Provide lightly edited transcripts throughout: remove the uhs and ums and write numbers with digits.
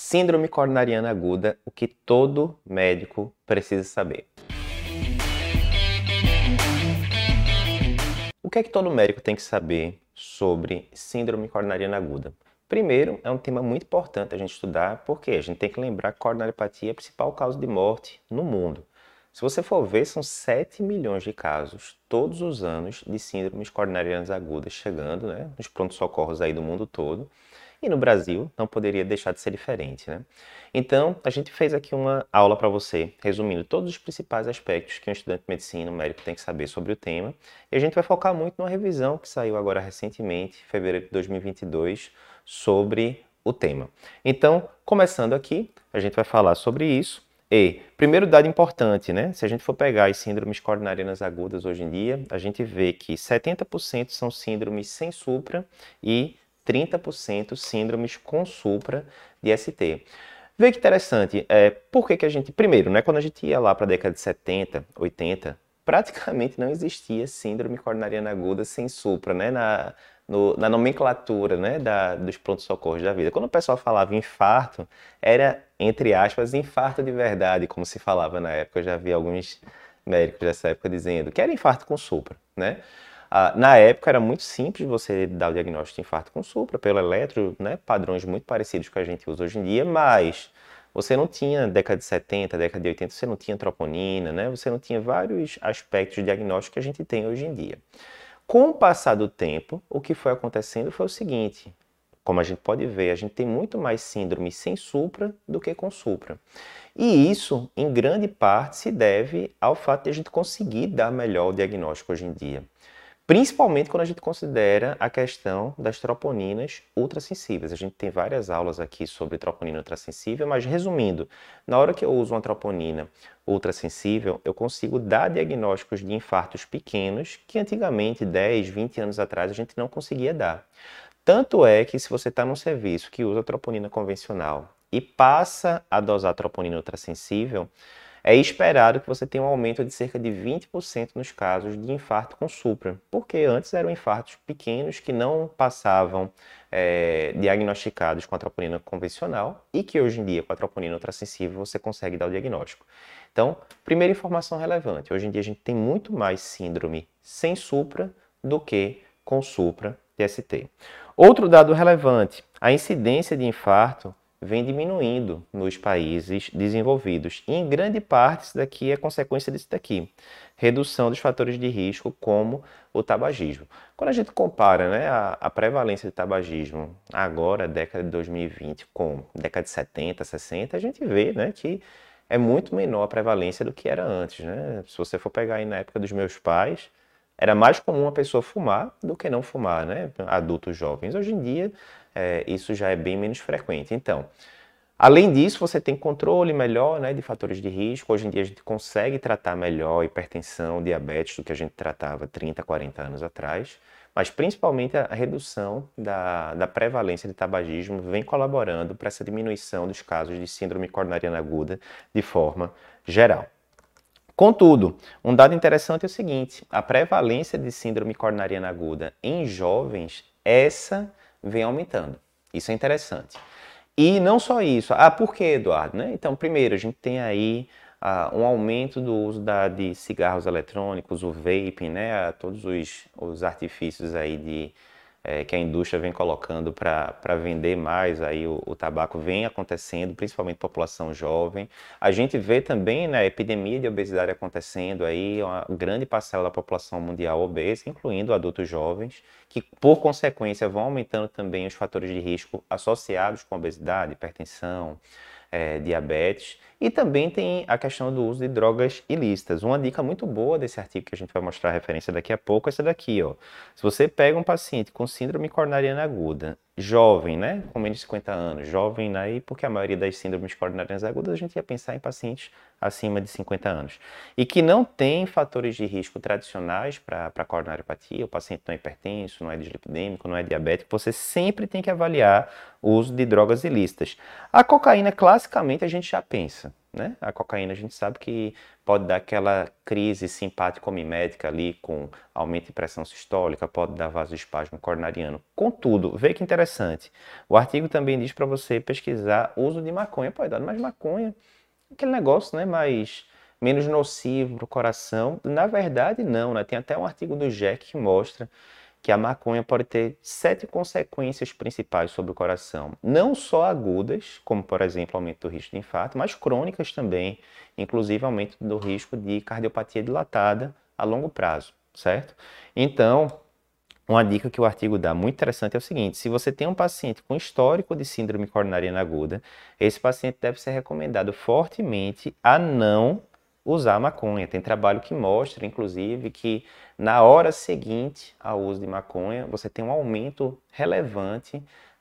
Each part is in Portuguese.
Síndrome coronariana aguda, o que todo médico precisa saber. O que é que todo médico tem que saber sobre síndrome coronariana aguda? Primeiro, é um tema muito importante a gente estudar, porque a gente tem que lembrar que coronariopatia é a principal causa de morte no mundo. Se você for ver, são 7 milhões de casos todos os anos de síndromes coronarianas agudas chegando, nos pronto-socorros aí do mundo todo. E no Brasil não poderia deixar de ser diferente, Então, a gente fez aqui uma aula para você, resumindo todos os principais aspectos que um estudante de medicina, um médico tem que saber sobre o tema. E a gente vai focar muito numa revisão que saiu agora recentemente, em fevereiro de 2022, sobre o tema. Então, começando aqui, a gente vai falar sobre isso. E, primeiro dado importante, Se a gente for pegar as síndromes coronarianas agudas hoje em dia, a gente vê que 70% são síndromes sem supra e 30% síndromes com supra de ST. Vê que interessante, por que a gente... Primeiro, quando a gente ia lá para a década de 70, 80, praticamente não existia síndrome coronariana aguda sem supra, na nomenclatura, dos pronto-socorros da vida. Quando o pessoal falava infarto, era, entre aspas, infarto de verdade, como se falava na época. Eu já vi alguns médicos dessa época dizendo que era infarto com supra, Na época era muito simples você dar o diagnóstico de infarto com supra, pelo eletro, padrões muito parecidos com o que a gente usa hoje em dia, mas você não tinha, década de 70, década de 80, você não tinha troponina, Você não tinha vários aspectos de diagnóstico que a gente tem hoje em dia. Com o passar do tempo, o que foi acontecendo foi o seguinte: como a gente pode ver, a gente tem muito mais síndrome sem supra do que com supra. E isso, em grande parte, se deve ao fato de a gente conseguir dar melhor o diagnóstico hoje em dia. Principalmente quando a gente considera a questão das troponinas ultrassensíveis. A gente tem várias aulas aqui sobre troponina ultrassensível, mas resumindo, na hora que eu uso uma troponina ultrassensível, eu consigo dar diagnósticos de infartos pequenos que antigamente, 10, 20 anos atrás, a gente não conseguia dar. Tanto é que se você está num serviço que usa troponina convencional e passa a dosar troponina ultrassensível, é esperado que você tenha um aumento de cerca de 20% nos casos de infarto com supra, porque antes eram infartos pequenos que não passavam diagnosticados com a troponina convencional e que hoje em dia, com a troponina ultrassensível, você consegue dar o diagnóstico. Então, primeira informação relevante, hoje em dia a gente tem muito mais síndrome sem supra do que com supra de ST. Outro dado relevante, a incidência de infarto vem diminuindo nos países desenvolvidos. E em grande parte isso daqui é consequência disso daqui. Redução dos fatores de risco como o tabagismo. Quando a gente compara a prevalência de tabagismo agora, década de 2020, com década de 70, 60, a gente vê que é muito menor a prevalência do que era antes. Se você for pegar aí na época dos meus pais, era mais comum a pessoa fumar do que não fumar, Adultos jovens. Hoje em dia, isso já é bem menos frequente. Então, além disso, você tem controle melhor de fatores de risco. Hoje em dia, a gente consegue tratar melhor hipertensão, diabetes do que a gente tratava 30, 40 anos atrás. Mas, principalmente, a redução da prevalência de tabagismo vem colaborando para essa diminuição dos casos de síndrome coronariana aguda de forma geral. Contudo, um dado interessante é o seguinte: a prevalência de síndrome coronariana aguda em jovens, essa vem aumentando. Isso é interessante. E não só isso. Por que, Eduardo? Então, primeiro, a gente tem aí um aumento do uso de cigarros eletrônicos, o vaping, todos os artifícios aí que a indústria vem colocando para vender mais aí o tabaco vem acontecendo, principalmente população jovem. A gente vê também a epidemia de obesidade acontecendo aí, uma grande parcela da população mundial obesa, incluindo adultos jovens, que por consequência vão aumentando também os fatores de risco associados com obesidade, hipertensão, diabetes. E também tem a questão do uso de drogas ilícitas. Uma dica muito boa desse artigo que a gente vai mostrar a referência daqui a pouco é essa daqui, ó. Se você pega um paciente com síndrome coronariana aguda, jovem, com menos de 50 anos, jovem, porque a maioria das síndromes coronarianas agudas a gente ia pensar em pacientes acima de 50 anos, e que não tem fatores de risco tradicionais para coronariopatia, o paciente não é hipertenso, não é dislipidêmico, não é diabético, você sempre tem que avaliar o uso de drogas ilícitas. A cocaína, classicamente, a gente já pensa, né? A cocaína a gente sabe que pode dar aquela crise simpático-mimética ali com aumento de pressão sistólica, pode dar vasoespasmo coronariano. Contudo, vê que interessante, o artigo também diz para você pesquisar o uso de maconha. Pode dar, mas maconha, aquele negócio, né, menos nocivo para o coração. Na verdade, não, né? Tem até um artigo do Jack que mostra que a maconha pode ter 7 consequências principais sobre o coração. Não só agudas, como por exemplo aumento do risco de infarto, mas crônicas também, inclusive aumento do risco de cardiopatia dilatada a longo prazo, certo? Então, uma dica que o artigo dá muito interessante é o seguinte: se você tem um paciente com histórico de síndrome coronariana aguda, esse paciente deve ser recomendado fortemente a não usar maconha. Tem trabalho que mostra, inclusive, que na hora seguinte ao uso de maconha, você tem um aumento relevante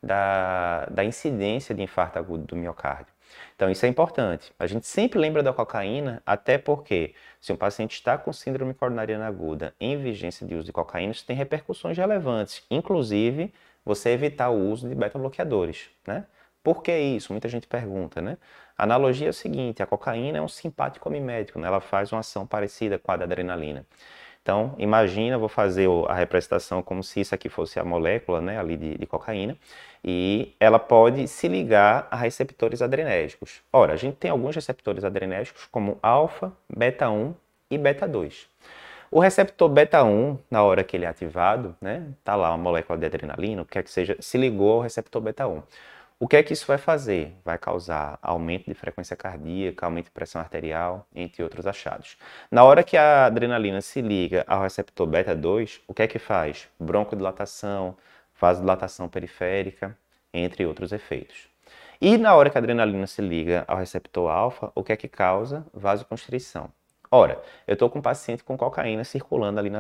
da incidência de infarto agudo do miocárdio. Então, isso é importante. A gente sempre lembra da cocaína, até porque se um paciente está com síndrome coronariana aguda em vigência de uso de cocaína, isso tem repercussões relevantes, inclusive você evitar o uso de beta-bloqueadores, né? Por que isso? Muita gente pergunta, né? A analogia é a seguinte: a cocaína é um simpático mimético, né? Ela faz uma ação parecida com a da adrenalina. Então, imagina, vou fazer a representação como se isso aqui fosse a molécula, né, ali de cocaína, e ela pode se ligar a receptores adrenérgicos. Ora, a gente tem alguns receptores adrenérgicos como alfa, beta 1 e beta 2. O receptor beta 1, na hora que ele é ativado, né, tá lá uma molécula de adrenalina, o que quer que seja, se ligou ao receptor beta 1. O que é que isso vai fazer? Vai causar aumento de frequência cardíaca, aumento de pressão arterial, entre outros achados. Na hora que a adrenalina se liga ao receptor beta 2, o que é que faz? Broncodilatação, vasodilatação periférica, entre outros efeitos. E na hora que a adrenalina se liga ao receptor alfa, o que é que causa? Vasoconstrição. Ora, eu estou com um paciente com cocaína circulando ali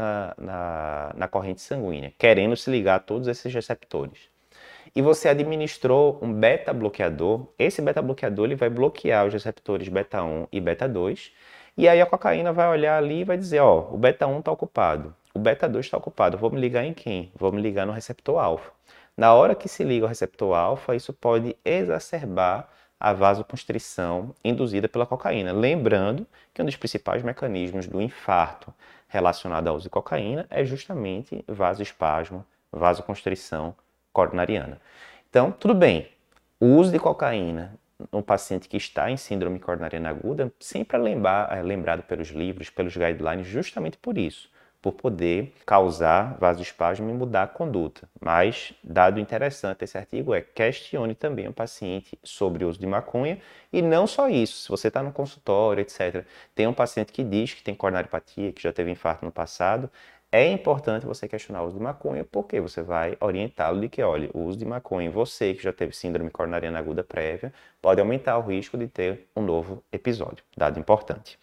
na corrente sanguínea, querendo se ligar a todos esses receptores. E você administrou um beta-bloqueador. Esse beta-bloqueador ele vai bloquear os receptores beta 1 e beta 2. E aí a cocaína vai olhar ali e vai dizer, ó, o beta 1 está ocupado, o beta 2 está ocupado, vou me ligar em quem? Vou me ligar no receptor alfa. Na hora que se liga o receptor alfa, isso pode exacerbar a vasoconstrição induzida pela cocaína. Lembrando que um dos principais mecanismos do infarto relacionado ao uso de cocaína é justamente vasoespasmo, vasoconstrição coronariana. Então, tudo bem, o uso de cocaína no paciente que está em síndrome coronariana aguda sempre é lembrado pelos livros, pelos guidelines, justamente por isso, por poder causar vasoespasmo e mudar a conduta. Mas, dado interessante esse artigo é, questione também o paciente sobre o uso de maconha e não só isso, se você está no consultório, etc. Tem um paciente que diz que tem coronariopatia, que já teve infarto no passado, é importante você questionar o uso de maconha, porque você vai orientá-lo de que, olha, o uso de maconha em você que já teve síndrome coronariana aguda prévia pode aumentar o risco de ter um novo episódio. Dado importante.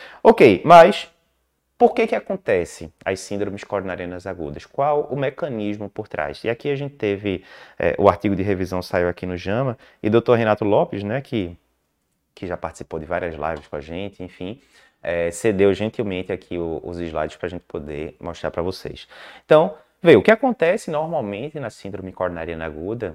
Ok, mas por que acontece as síndromes coronarianas agudas? Qual o mecanismo por trás? E aqui a gente teve, o artigo de revisão saiu aqui no JAMA, e o Dr. Renato Lopes, né, que já participou de várias lives com a gente, enfim, cedeu gentilmente aqui os slides para a gente poder mostrar para vocês. Então, vê, o que acontece normalmente na síndrome coronariana aguda,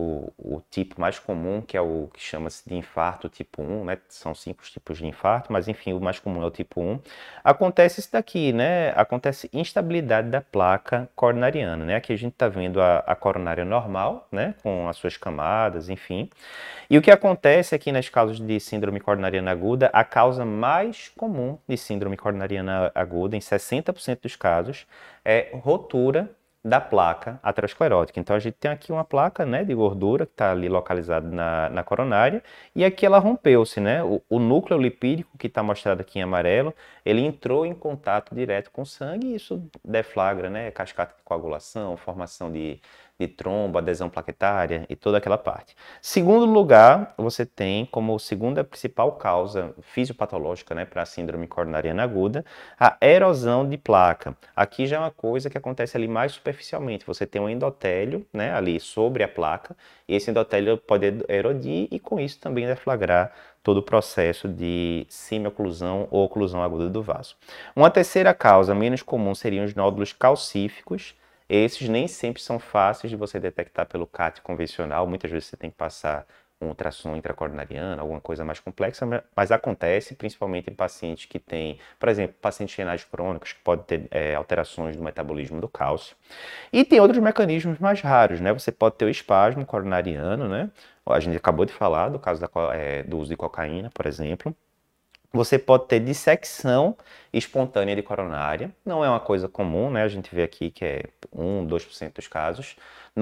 o tipo mais comum, que é o que chama-se de infarto tipo 1, né? São 5 tipos de infarto, mas enfim, o mais comum é o tipo 1. Acontece isso daqui, né? Acontece instabilidade da placa coronariana, né? Aqui a gente está vendo a coronária normal, né? Com as suas camadas, enfim. E o que acontece aqui nas causas de síndrome coronariana aguda, a causa mais comum de síndrome coronariana aguda, em 60% dos casos, é rotura da placa aterosclerótica. Então a gente tem aqui uma placa, né, de gordura que está ali localizada na coronária, e aqui ela rompeu-se, né? O núcleo lipídico que está mostrado aqui em amarelo, ele entrou em contato direto com o sangue e isso deflagra, né, cascata de coagulação, formação de trombo, adesão plaquetária e toda aquela parte. Segundo lugar, você tem como segunda principal causa fisiopatológica, né, para a síndrome coronariana aguda, a erosão de placa. Aqui já é uma coisa que acontece ali mais superficialmente. Você tem um endotélio, né, ali sobre a placa, e esse endotélio pode erodir e com isso também deflagrar todo o processo de semioclusão ou oclusão aguda do vaso. Uma terceira causa menos comum seriam os nódulos calcíficos. Esses nem sempre são fáceis de você detectar pelo CAT convencional, muitas vezes você tem que passar um ultrassom intracoronariano, alguma coisa mais complexa, mas acontece principalmente em pacientes que têm, por exemplo, pacientes renais crônicos, que podem ter alterações do metabolismo do cálcio. E tem outros mecanismos mais raros, né? Você pode ter o espasmo coronariano, né? A gente acabou de falar do caso do uso de cocaína, por exemplo. Você pode ter dissecção espontânea de coronária, não é uma coisa comum, né? A gente vê aqui que é 1, 2% dos casos.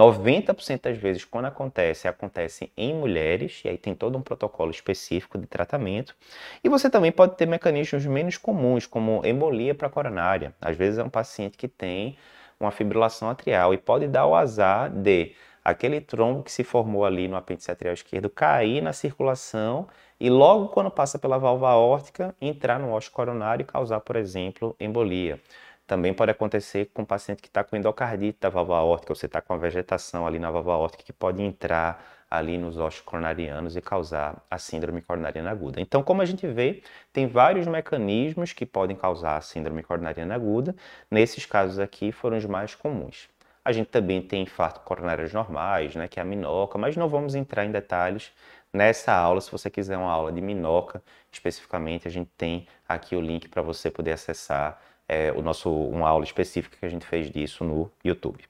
90% das vezes, quando acontece em mulheres, e aí tem todo um protocolo específico de tratamento. E você também pode ter mecanismos menos comuns, como embolia para coronária. Às vezes é um paciente que tem uma fibrilação atrial e pode dar o azar de aquele trombo que se formou ali no apêndice atrial esquerdo cair na circulação e logo quando passa pela válvula aórtica, entrar no ósseo coronário e causar, por exemplo, embolia. Também pode acontecer com um paciente que está com endocardite da válvula aórtica, você está com a vegetação ali na válvula aórtica que pode entrar ali nos ossos coronarianos e causar a síndrome coronariana aguda. Então, como a gente vê, tem vários mecanismos que podem causar a síndrome coronariana aguda. Nesses casos aqui foram os mais comuns. A gente também tem infarto coronários normais, né, que é a minoca, mas não vamos entrar em detalhes nessa aula. Se você quiser uma aula de minoca, especificamente, a gente tem aqui o link para você poder acessar uma aula específica que a gente fez disso no YouTube.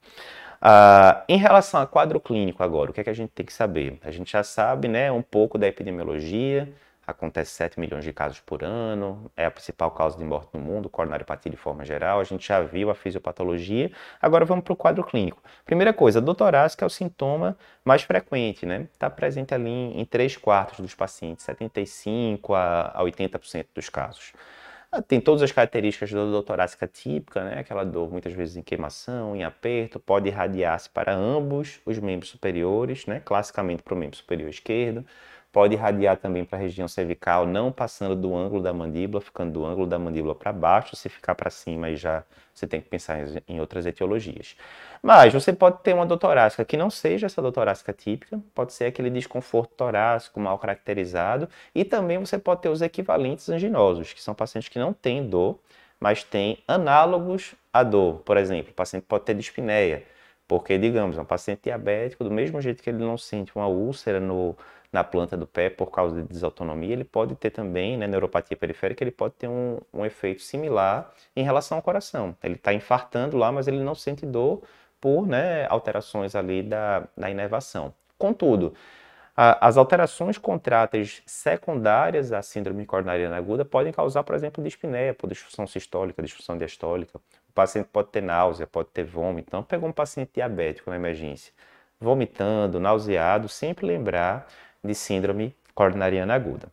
Em relação a quadro clínico agora, o que é que a gente tem que saber? A gente já sabe, né, um pouco da epidemiologia. Acontece 7 milhões de casos por ano, é a principal causa de morte no mundo, coronariopatia de forma geral. A gente já viu a fisiopatologia, agora vamos para o quadro clínico. Primeira coisa, dor torácica é o sintoma mais frequente, né? Está presente ali em 3/4 dos pacientes, 75% a 80% dos casos. Tem todas as características da dor torácica típica, né? Aquela dor muitas vezes em queimação, em aperto, pode irradiar-se para ambos os membros superiores, né? Classicamente para o membro superior esquerdo. Pode irradiar também para a região cervical, não passando do ângulo da mandíbula, ficando do ângulo da mandíbula para baixo. Se ficar para cima, aí já você tem que pensar em outras etiologias. Mas você pode ter uma dor torácica que não seja essa dor torácica típica, pode ser aquele desconforto torácico mal caracterizado, e também você pode ter os equivalentes anginosos, que são pacientes que não têm dor, mas têm análogos à dor. Por exemplo, o paciente pode ter dispneia, porque, digamos, um paciente diabético, do mesmo jeito que ele não sente uma úlcera na planta do pé por causa de desautonomia, ele pode ter também, né, neuropatia periférica, ele pode ter um efeito similar em relação ao coração. Ele está infartando lá, mas ele não sente dor por, né, alterações ali da inervação. Contudo, as alterações contráteis secundárias à síndrome coronariana aguda podem causar, por exemplo, dispneia, por disfunção sistólica, disfunção diastólica. O paciente pode ter náusea, pode ter vômito. Então, pegou um paciente diabético na emergência, vomitando, nauseado, sempre lembrar de síndrome coronariana aguda.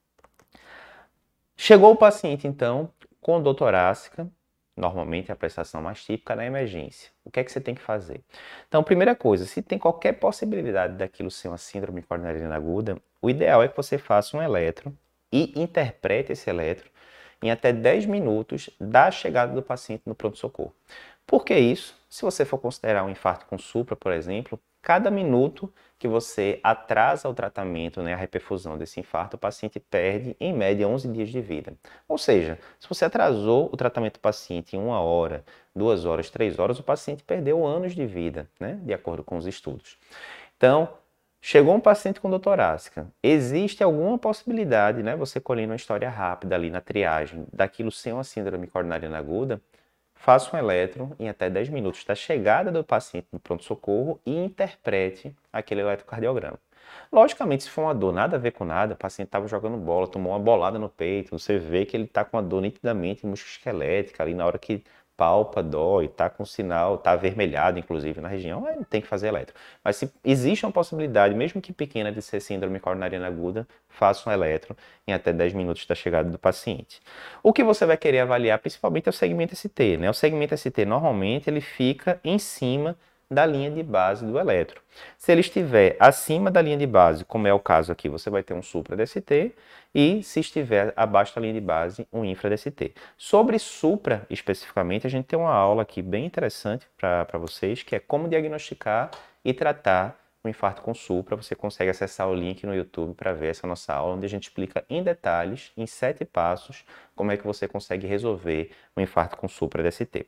Chegou o paciente, então, com dor torácica, normalmente é a prestação mais típica na emergência. O que é que você tem que fazer? Então, primeira coisa, se tem qualquer possibilidade daquilo ser uma síndrome coronariana aguda, o ideal é que você faça um eletro e interprete esse eletro em até 10 minutos da chegada do paciente no pronto-socorro. Por que isso? Se você for considerar um infarto com supra, por exemplo, cada minuto que você atrasa o tratamento, né, a reperfusão desse infarto, o paciente perde, em média, 11 dias de vida. Ou seja, se você atrasou o tratamento do paciente em 1 hora, 2 horas, 3 horas, o paciente perdeu anos de vida, né, de acordo com os estudos. Então, chegou um paciente com dor torácica. Existe alguma possibilidade, né, você colhendo uma história rápida ali na triagem, daquilo ser uma síndrome coronariana aguda? Faça um eletro em até 10 minutos da chegada do paciente no pronto-socorro e interprete aquele eletrocardiograma. Logicamente, se for uma dor nada a ver com nada, o paciente estava jogando bola, tomou uma bolada no peito, você vê que ele está com uma dor nitidamente musculoesquelética ali na hora que palpa, dói, está com sinal, está avermelhado inclusive na região, aí tem que fazer eletro. Mas se existe uma possibilidade, mesmo que pequena, de ser síndrome coronariana aguda, faça um eletro em até 10 minutos da chegada do paciente. O que você vai querer avaliar principalmente é o segmento ST, né? O segmento ST normalmente ele fica em cima da linha de base do eletro. Se ele estiver acima da linha de base, como é o caso aqui, você vai ter um supra-DST, e se estiver abaixo da linha de base, um infra-DST. Sobre supra, especificamente, a gente tem uma aula aqui bem interessante para vocês, que é como diagnosticar e tratar o infarto com supra. Você consegue acessar o link no YouTube para ver essa nossa aula, onde a gente explica em detalhes, em 7 passos, como é que você consegue resolver o infarto com supra DST.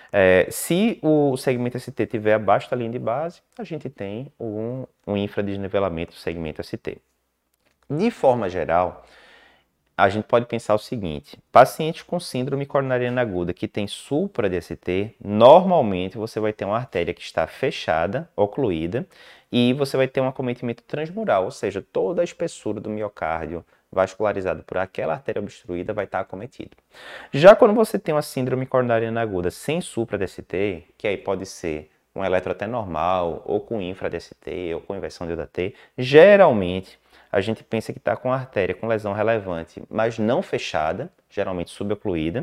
Se o segmento ST estiver abaixo da linha de base, a gente tem um infradesnivelamento do segmento ST. De forma geral, a gente pode pensar o seguinte: pacientes com síndrome coronariana aguda que tem supra-DST, normalmente você vai ter uma artéria que está fechada, ocluída, e você vai ter um acometimento transmural, ou seja, toda a espessura do miocárdio vascularizado por aquela artéria obstruída vai estar acometida. Já quando você tem uma síndrome coronariana aguda sem supra-DST, que aí pode ser um eletro até normal, ou com infra-DST, ou com inversão de DT, geralmente a gente pensa que está com a artéria com lesão relevante, mas não fechada, geralmente subocluída,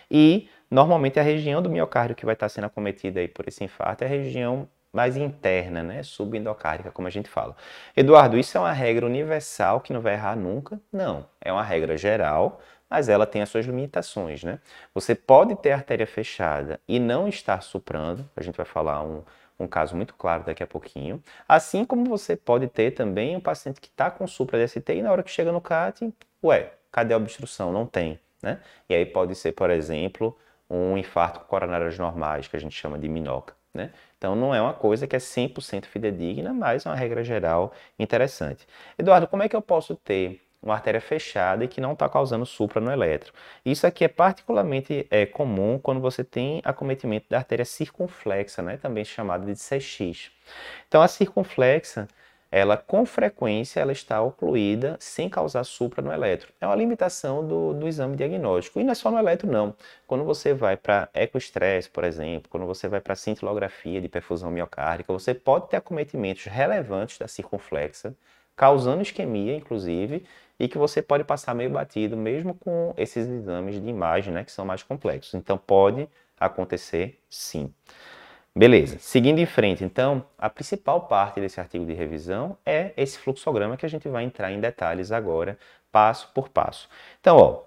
e normalmente a região do miocárdio que vai estar sendo acometida aí por esse infarto é a região mais interna, né, subendocárdica, como a gente fala. Eduardo, isso é uma regra universal que não vai errar nunca? Não, é uma regra geral, mas ela tem as suas limitações, né? Você pode ter a artéria fechada e não estar suprando, a gente vai falar um caso muito claro daqui a pouquinho. Assim como você pode ter também um paciente que está com supra-DST e na hora que chega no CAT, cadê a obstrução? Não tem, né? E aí pode ser, por exemplo, um infarto com coronárias normais, que a gente chama de MINOCA, né? Então não é uma coisa que é 100% fidedigna, mas é uma regra geral interessante. Eduardo, como é que eu posso ter uma artéria fechada e que não está causando supra no eletro? Isso aqui é particularmente comum quando você tem acometimento da artéria circunflexa, né? Também chamada de CX. Então a circunflexa, ela com frequência ela está ocluída sem causar supra no eletro. É uma limitação do exame diagnóstico. E não é só no eletro, não. Quando você vai para ecoestresse, por exemplo, quando você vai para cintilografia de perfusão miocárdica, você pode ter acometimentos relevantes da circunflexa, causando isquemia, inclusive, e que você pode passar meio batido, mesmo com esses exames de imagem, né, que são mais complexos. Então, pode acontecer sim. Beleza, seguindo em frente, então, a principal parte desse artigo de revisão é esse fluxograma que a gente vai entrar em detalhes agora, passo por passo. Então, ó,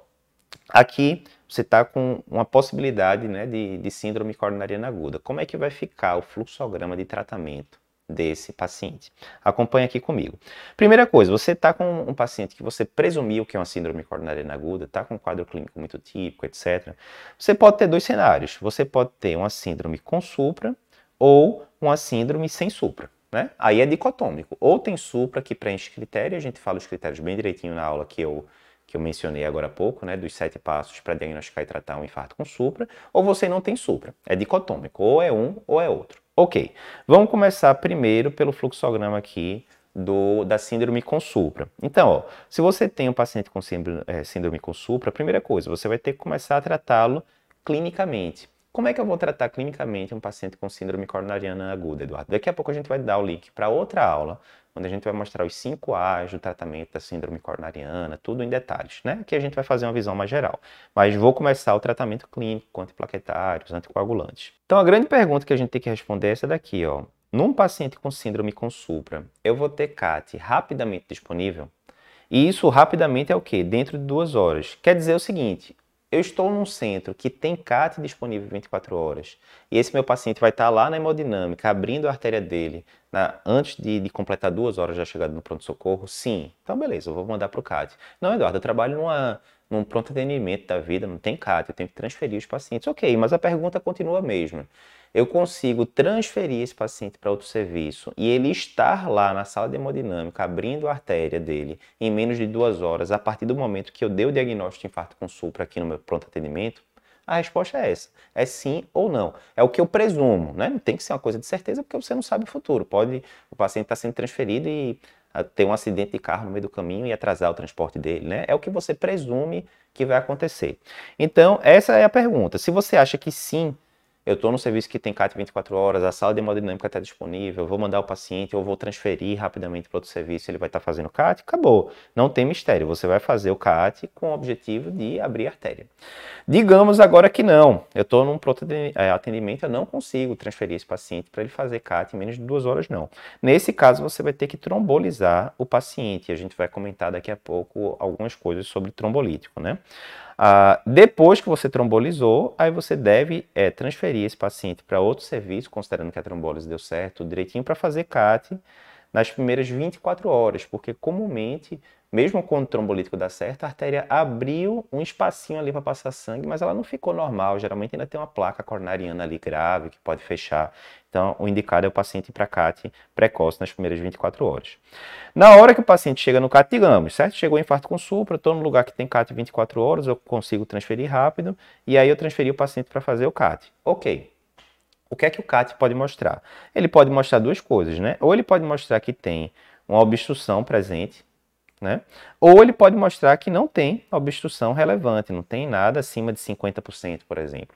aqui você está com uma possibilidade, né, de síndrome coronariana aguda. Como é que vai ficar o fluxograma de tratamento desse paciente? Acompanha aqui comigo. Primeira coisa, você está com um paciente que você presumiu que é uma síndrome coronariana aguda, está com um quadro clínico muito típico, etc. Você pode ter 2 cenários. Você pode ter uma síndrome com supra ou uma síndrome sem supra, né? Aí é dicotômico. Ou tem supra que preenche critério, a gente fala os critérios bem direitinho na aula que eu mencionei agora há pouco, né, dos 7 passos para diagnosticar e tratar um infarto com supra, ou você não tem supra. É dicotômico, ou é um ou é outro. Ok, vamos começar primeiro pelo fluxograma aqui da síndrome com supra. Então, ó, se você tem um paciente com síndrome com supra, a primeira coisa, você vai ter que começar a tratá-lo clinicamente. Como é que eu vou tratar clinicamente um paciente com síndrome coronariana aguda, Eduardo? Daqui a pouco a gente vai dar o link para outra aula, onde a gente vai mostrar os 5 A's do tratamento da síndrome coronariana, tudo em detalhes, né? Aqui a gente vai fazer uma visão mais geral. Mas vou começar o tratamento clínico com antiplaquetários, anticoagulantes. Então a grande pergunta que a gente tem que responder é essa daqui, ó. Num paciente com síndrome com supra, eu vou ter CAT rapidamente disponível? E isso rapidamente é o quê? Dentro de 2 horas. Quer dizer o seguinte: eu estou num centro que tem CAT disponível 24 horas e esse meu paciente vai estar lá na hemodinâmica, abrindo a artéria dele antes de completar 2 horas da chegada no pronto-socorro? Sim. Então, beleza, eu vou mandar para o CAT. Não, Eduardo, eu trabalho num pronto atendimento da vida, não tem CAT, eu tenho que transferir os pacientes. Ok, mas a pergunta continua a mesma. Eu consigo transferir esse paciente para outro serviço e ele estar lá na sala de hemodinâmica, abrindo a artéria dele em menos de 2 horas, a partir do momento que eu dei o diagnóstico de infarto com supra aqui no meu pronto atendimento? A resposta é essa. É sim ou não. É o que eu presumo, né? Não tem que ser uma coisa de certeza porque você não sabe o futuro. O paciente estar sendo transferido e ter um acidente de carro no meio do caminho e atrasar o transporte dele, né? É o que você presume que vai acontecer. Então, essa é a pergunta. Se você acha que sim, eu estou no serviço que tem CAT 24 horas, a sala de hemodinâmica está disponível, eu vou mandar o paciente, eu vou transferir rapidamente para outro serviço, ele vai estar fazendo CAT, acabou. Não tem mistério, você vai fazer o CAT com o objetivo de abrir a artéria. Digamos agora que não, eu estou num pronto atendimento, eu não consigo transferir esse paciente para ele fazer CAT em menos de 2 horas, não. Nesse caso, você vai ter que trombolizar o paciente, a gente vai comentar daqui a pouco algumas coisas sobre trombolítico, né? Depois que você trombolizou, aí você deve transferir esse paciente para outro serviço, considerando que a trombólise deu certo, tudo direitinho, para fazer CAT nas primeiras 24 horas, porque comumente, mesmo quando o trombolítico dá certo, a artéria abriu um espacinho ali para passar sangue, mas ela não ficou normal. Geralmente ainda tem uma placa coronariana ali grave que pode fechar. Então, o indicado é o paciente ir para CAT precoce nas primeiras 24 horas. Na hora que o paciente chega no CAT, digamos, certo? Chegou o infarto com supra, estou no lugar que tem CAT 24 horas, eu consigo transferir rápido, e aí eu transferi o paciente para fazer o CAT. Ok. O que é que o CAT pode mostrar? Ele pode mostrar duas coisas, né? Ou ele pode mostrar que tem uma obstrução presente, né? Ou ele pode mostrar que não tem obstrução relevante, não tem nada acima de 50%, por exemplo.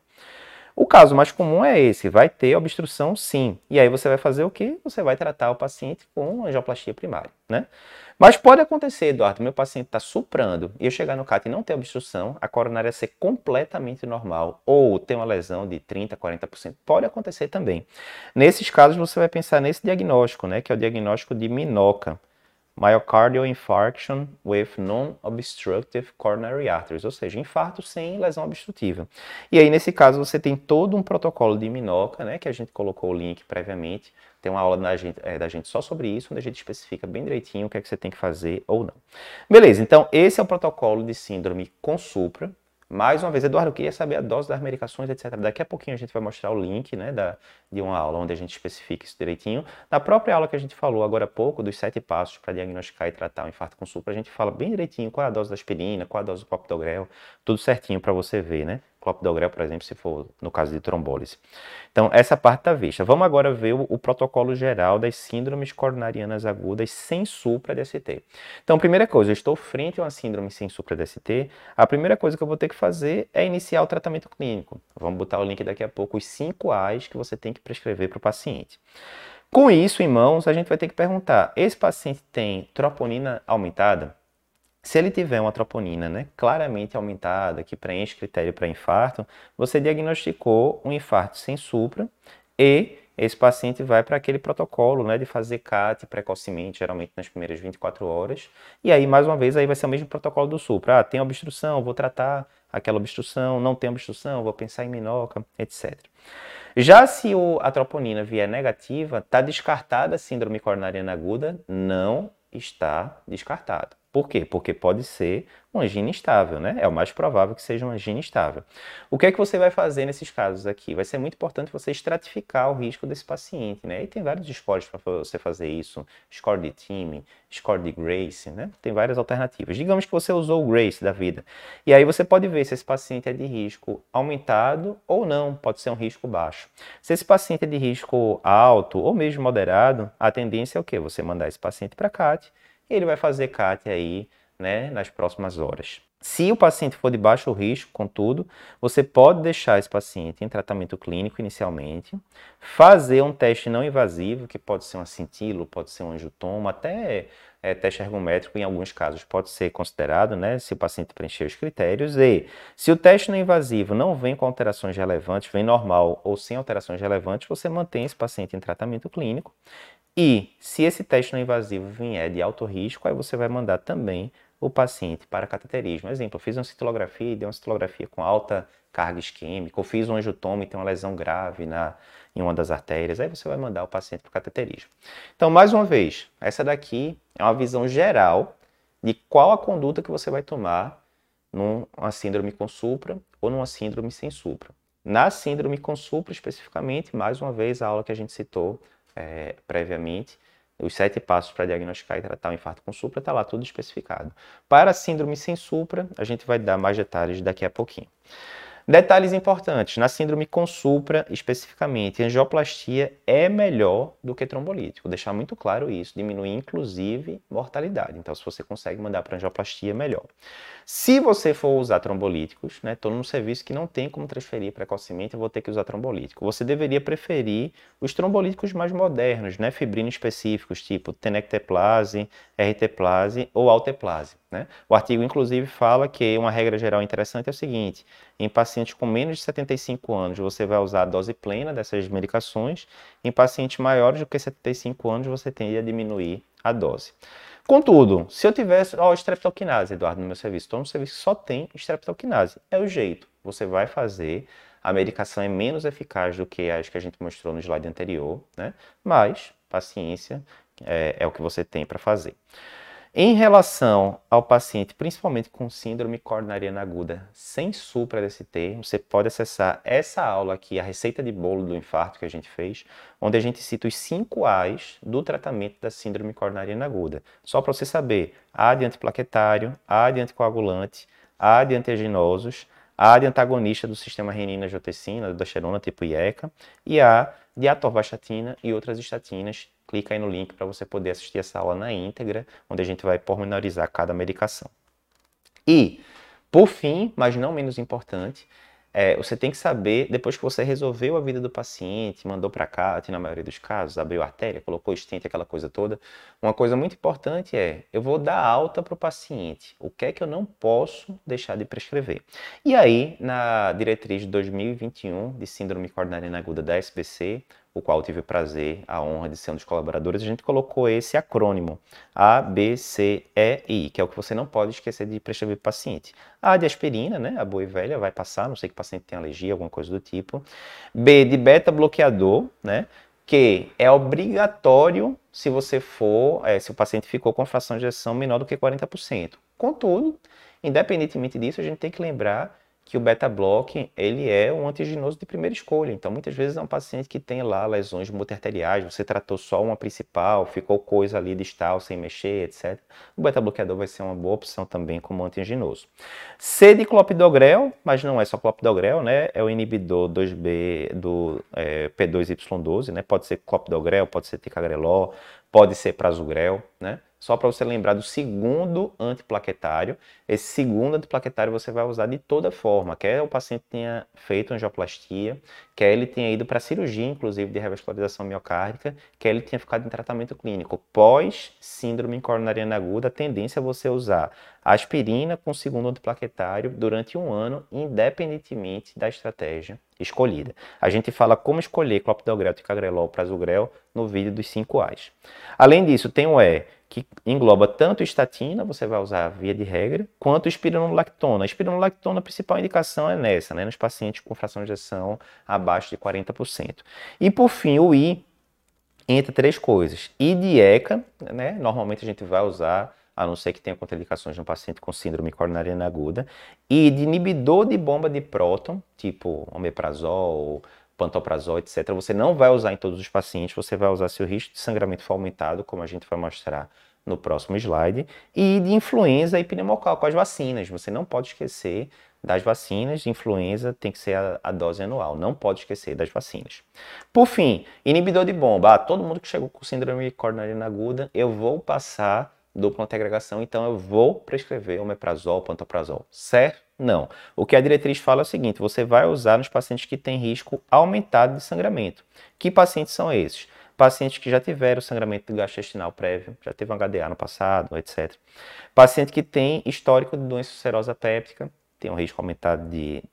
O caso mais comum é esse, vai ter obstrução sim. E aí você vai fazer o quê? Você vai tratar o paciente com angioplastia primária, né? Mas pode acontecer, Eduardo, meu paciente está suprando e eu chegar no CAT e não ter obstrução, a coronária ser completamente normal ou ter uma lesão de 30%, 40%, pode acontecer também. Nesses casos você vai pensar nesse diagnóstico, né, que é o diagnóstico de MINOCA. Myocardial Infarction with Non-Obstructive Coronary Arteries, ou seja, infarto sem lesão obstrutiva. E aí, nesse caso, você tem todo um protocolo de MINOCA, né, que a gente colocou o link previamente. Tem uma aula da gente só sobre isso, onde a gente especifica bem direitinho o que é que você tem que fazer ou não. Beleza, então esse é o protocolo de síndrome com supra. Mais uma vez, Eduardo, eu queria saber a dose das medicações, etc. Daqui a pouquinho a gente vai mostrar o link, né, de uma aula onde a gente especifica isso direitinho. Na própria aula que a gente falou agora há pouco, dos 7 passos para diagnosticar e tratar o infarto com supra, a gente fala bem direitinho qual é a dose da aspirina, qual é a dose do clopidogrel, tudo certinho para você ver, né? Clopidogrel, por exemplo, se for no caso de trombólise. Então, essa parte está vista. Vamos agora ver o protocolo geral das síndromes coronarianas agudas sem supra DST. Então, primeira coisa, eu estou frente a uma síndrome sem supra DST, a primeira coisa que eu vou ter que fazer é iniciar o tratamento clínico. Vamos botar o link daqui a pouco, os 5 A's que você tem que prescrever para o paciente. Com isso em mãos, a gente vai ter que perguntar, esse paciente tem troponina aumentada? Se ele tiver uma troponina, né, claramente aumentada, que preenche critério para infarto, você diagnosticou um infarto sem supra e esse paciente vai para aquele protocolo, né, de fazer CAT precocemente, geralmente nas primeiras 24 horas. E aí, mais uma vez, aí vai ser o mesmo protocolo do supra. Ah, tem obstrução, vou tratar aquela obstrução, não tem obstrução, vou pensar em MINOCA, etc. Já se a troponina vier negativa, está descartada a síndrome coronariana aguda? Não está descartada. Por quê? Porque pode ser uma angina instável, né? É o mais provável que seja uma angina instável. O que é que você vai fazer nesses casos aqui? Vai ser muito importante você estratificar o risco desse paciente, né? E tem vários scores para você fazer isso. Score de TIMI, score de Grace, né? Tem várias alternativas. Digamos que você usou o Grace da vida. E aí você pode ver se esse paciente é de risco aumentado ou não, pode ser um risco baixo. Se esse paciente é de risco alto ou mesmo moderado, a tendência é o quê? Você mandar esse paciente para CAT e ele vai fazer CAT aí, né, nas próximas horas. Se o paciente for de baixo risco, contudo, você pode deixar esse paciente em tratamento clínico inicialmente, fazer um teste não invasivo, que pode ser um acintilo, pode ser um angiotoma, até teste ergométrico em alguns casos pode ser considerado, né, se o paciente preencher os critérios. E se o teste não invasivo não vem com alterações relevantes, vem normal ou sem alterações relevantes, você mantém esse paciente em tratamento clínico. E se esse teste não invasivo vier de alto risco, aí você vai mandar também o paciente para cateterismo. Exemplo, eu fiz uma cintilografia e dei uma cintilografia com alta carga isquêmica, ou fiz um angiotoma e tem uma lesão grave em uma das artérias, aí você vai mandar o paciente para o cateterismo. Então, mais uma vez, essa daqui é uma visão geral de qual a conduta que você vai tomar numa síndrome com supra ou numa síndrome sem supra. Na síndrome com supra, especificamente, mais uma vez, a aula que a gente citou previamente, os 7 passos para diagnosticar e tratar o infarto com supra, está lá tudo especificado. Para a síndrome sem supra, a gente vai dar mais detalhes daqui a pouquinho. Detalhes importantes, na síndrome com supra, especificamente, angioplastia é melhor do que trombolítico. Deixar muito claro isso, diminuir inclusive mortalidade. Então, se você consegue mandar para angioplastia, melhor. Se você for usar trombolíticos, né, estou num serviço que não tem como transferir precocemente, eu vou ter que usar trombolítico. Você deveria preferir os trombolíticos mais modernos, né, fibrina específicos, tipo tenecteplase, RTplase ou alteplase. Né? O artigo, inclusive, fala que uma regra geral interessante é o seguinte: em pacientes com menos de 75 anos, você vai usar a dose plena dessas medicações. Em pacientes maiores do que 75 anos, você tende a diminuir a dose. Contudo, se eu tivesse streptokinase, Eduardo, no meu serviço, estou no serviço que só tem streptokinase, é o jeito. Você vai fazer, a medicação é menos eficaz do que as que a gente mostrou no slide anterior, né? Mas, paciência, é o que você tem para fazer. Em relação ao paciente, principalmente com síndrome coronariana aguda, sem supra DST, você pode acessar essa aula aqui, a receita de bolo do infarto que a gente fez, onde a gente cita os 5 A's do tratamento da síndrome coronariana aguda. Só para você saber, A de antiplaquetário, A de anticoagulante, A de antiaginosos, A de antagonista do sistema renina-angiotensina, da aldosterona tipo IECA, e A de atorvastatina e outras estatinas. Clica aí no link para você poder assistir essa aula na íntegra, onde a gente vai pormenorizar cada medicação. E, por fim, mas não menos importante, você tem que saber, depois que você resolveu a vida do paciente, mandou para cá, na maioria dos casos, abriu a artéria, colocou stent, aquela coisa toda, uma coisa muito importante eu vou dar alta para o paciente. O que é que eu não posso deixar de prescrever? E aí, na diretriz de 2021 de síndrome coronariana aguda da SBC, o qual eu tive o prazer, a honra de ser um dos colaboradores, a gente colocou esse acrônimo A, B, C, E, I, que é o que você não pode esquecer de prescrever para o paciente. A de aspirina, né, a boa e velha, vai passar, não sei que o paciente tem alergia, alguma coisa do tipo. B de beta-bloqueador, né, que é obrigatório se você for, se o paciente ficou com fração de ejeção menor do que 40%. Contudo, independentemente disso, a gente tem que lembrar que o beta-block, ele é um antiaginoso de primeira escolha. Então, muitas vezes é um paciente que tem lá lesões multiarteriais, você tratou só uma principal, ficou coisa ali distal sem mexer, etc. O beta-bloqueador vai ser uma boa opção também como antiaginoso. C de clopidogrel, mas não é só clopidogrel, né? É o inibidor 2B do P2Y12, né? Pode ser clopidogrel, pode ser ticagrelor, pode ser prasugrel, né? Só para você lembrar do segundo antiplaquetário. Esse segundo antiplaquetário você vai usar de toda forma, quer o paciente tenha feito angioplastia, quer ele tenha ido para cirurgia, inclusive de revascularização miocárdica, quer ele tenha ficado em tratamento clínico. Pós síndrome coronariana aguda, a tendência é você usar aspirina com segundo antiplaquetário durante 1 ano, independentemente da estratégia escolhida. A gente fala como escolher clopidogrel, ticagrelor, prasugrel no vídeo dos 5 A's. Além disso, tem o E, que engloba tanto estatina, você vai usar via de regra, quanto espironolactona. A espironolactona, a principal indicação é nessa, né, nos pacientes com fração de ejeção abaixo de 40%. E por fim, o I, entre 3 coisas. I de ECA, né, normalmente a gente vai usar, a não ser que tenha contraindicações no paciente com síndrome coronariana aguda. I de inibidor de bomba de próton, tipo omeprazol, pantoprazol, etc. Você não vai usar em todos os pacientes, você vai usar se o risco de sangramento for aumentado, como a gente vai mostrar no próximo slide. E de influenza e pneumococal com as vacinas. Você não pode esquecer das vacinas de influenza, tem que ser a dose anual. Não pode esquecer das vacinas. Por fim, inibidor de bomba. Todo mundo que chegou com síndrome coronariana aguda, eu vou passar dupla antiagregação, então eu vou prescrever omeprazol, pantoprazol. Certo? Não. O que a diretriz fala é o seguinte, você vai usar nos pacientes que têm risco aumentado de sangramento. Que pacientes são esses? Pacientes que já tiveram sangramento gastrointestinal prévio, já teve um HDA no passado, etc. Paciente que tem histórico de doença ulcerosa péptica, tem um risco aumentado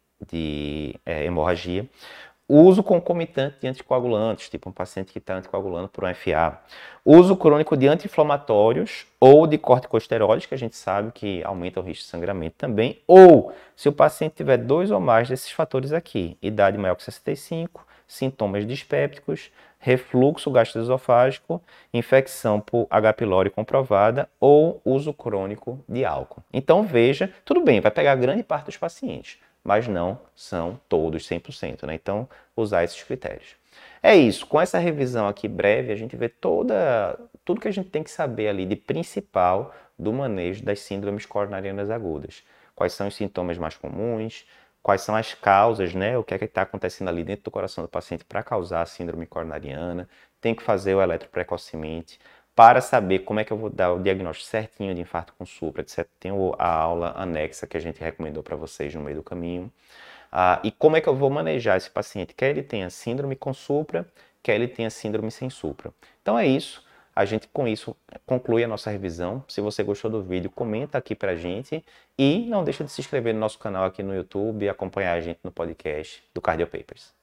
de hemorragia. Uso concomitante de anticoagulantes, tipo um paciente que está anticoagulando por um FA. Uso crônico de anti-inflamatórios ou de corticosteroides, que a gente sabe que aumenta o risco de sangramento também. Ou, se o paciente tiver 2 ou mais desses fatores aqui, idade maior que 65, sintomas dispépticos, refluxo gastroesofágico, infecção por H. pylori comprovada ou uso crônico de álcool. Então veja, tudo bem, vai pegar grande parte dos pacientes, mas não são todos 100%, né? Então, usar esses critérios. É isso, com essa revisão aqui breve, a gente vê tudo que a gente tem que saber ali de principal do manejo das síndromes coronarianas agudas. Quais são os sintomas mais comuns, quais são as causas, né? O que é que está acontecendo ali dentro do coração do paciente para causar a síndrome coronariana. Tem que fazer o eletro precocemente para saber como é que eu vou dar o diagnóstico certinho de infarto com supra, etc. Tem a aula anexa que a gente recomendou para vocês no meio do caminho. E como é que eu vou manejar esse paciente? Quer ele tenha síndrome com supra, quer ele tenha síndrome sem supra. Então é isso. A gente com isso conclui a nossa revisão. Se você gostou do vídeo, comenta aqui pra gente e não deixa de se inscrever no nosso canal aqui no YouTube e acompanhar a gente no podcast do Cardio Papers.